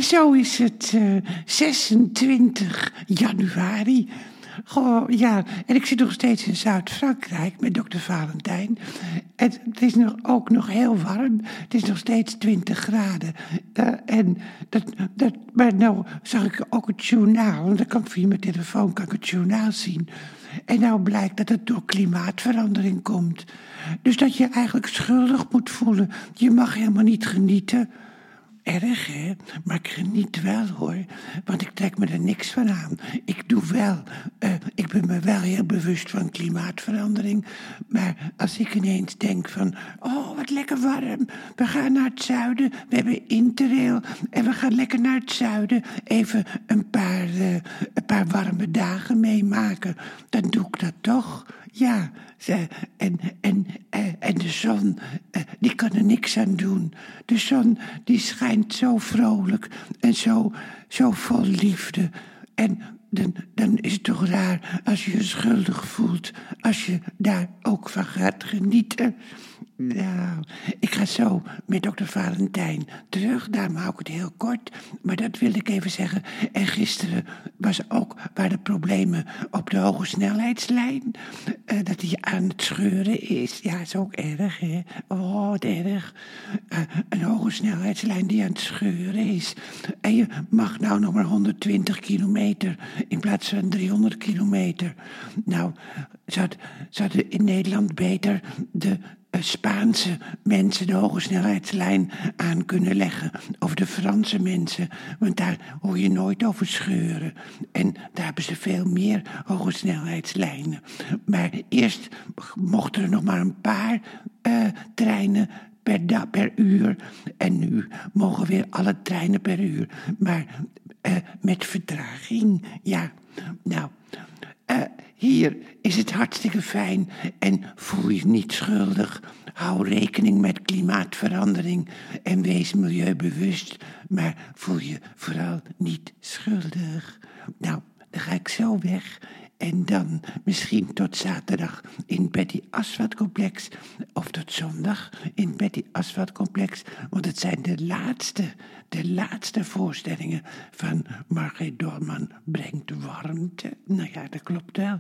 En zo is het 26 januari. Goh, ja, en ik zit nog steeds in Zuid-Frankrijk met dokter Valentijn. Het is ook nog heel warm. Het is nog steeds 20 graden. Maar nou zag ik ook het journaal. Want dan kan ik via mijn telefoon het journaal zien. En nou blijkt dat het door klimaatverandering komt. Dus dat je eigenlijk schuldig moet voelen. Je mag helemaal niet genieten. Erg, hè? Maar ik geniet wel, hoor. Want ik trek me er niks van aan. Ik ben me wel heel bewust van klimaatverandering. Maar als ik ineens denk van... oh, wat lekker warm. We gaan naar het zuiden. We hebben Interrail. En we gaan lekker naar het zuiden. Even een paar warme dagen meemaken. Dan doe ik dat toch. Ja, en de zon, die kan er niks aan doen. De zon, die schijnt zo vrolijk en zo vol liefde. En dan is het toch raar als je je schuldig voelt, als je daar ook van gaat genieten. Nou, ik ga zo met dokter Valentijn terug, daarom hou ik het heel kort. Maar dat wil ik even zeggen. En gisteren waren er problemen op de hoge snelheidslijn. Dat die aan het scheuren is. Ja, is ook erg, hè. Oh, wat erg. Een hoge snelheidslijn die aan het scheuren is. En je mag nou nog maar 120 kilometer in plaats van 300 kilometer. Nou, zouden in Nederland beter de Spaanse mensen de hoge snelheidslijn aan kunnen leggen. Of de Franse mensen, want daar hoor je nooit over scheuren. En daar hebben ze veel meer hoge snelheidslijnen. Maar eerst mochten er nog maar een paar treinen per uur. En nu mogen weer alle treinen per uur. Maar met vertraging, ja. Nou... hier is het hartstikke fijn en voel je niet schuldig. Hou rekening met klimaatverandering en wees milieubewust, maar voel je vooral niet schuldig. Nou, dan ga ik zo weg en dan misschien tot zaterdag in Betty Asphalt Complex of tot zondag in Betty Asphalt Complex, want het zijn de laatste voorstellingen van Margreet Doorman brengt warmte. Nou ja, dat klopt wel.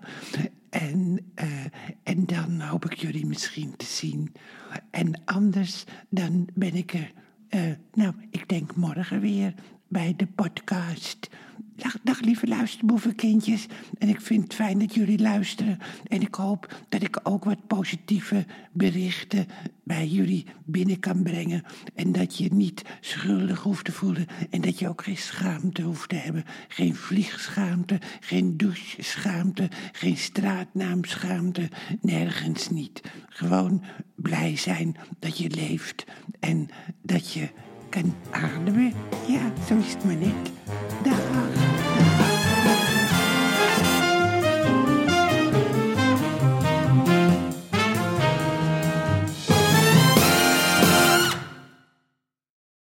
En dan hoop ik jullie misschien te zien. En anders dan ben ik er, ik denk morgen weer bij de podcast. Dag lieve luisterboevenkindjes. En ik vind het fijn dat jullie luisteren. En ik hoop dat ik ook wat positieve berichten bij jullie binnen kan brengen. En dat je niet schuldig hoeft te voelen. En dat je ook geen schaamte hoeft te hebben. Geen vliegschaamte, geen doucheschaamte, geen straatnaamschaamte. Nergens niet. Gewoon blij zijn dat je leeft. En dat je kan ademen. Ja, zo is het maar net. Dag.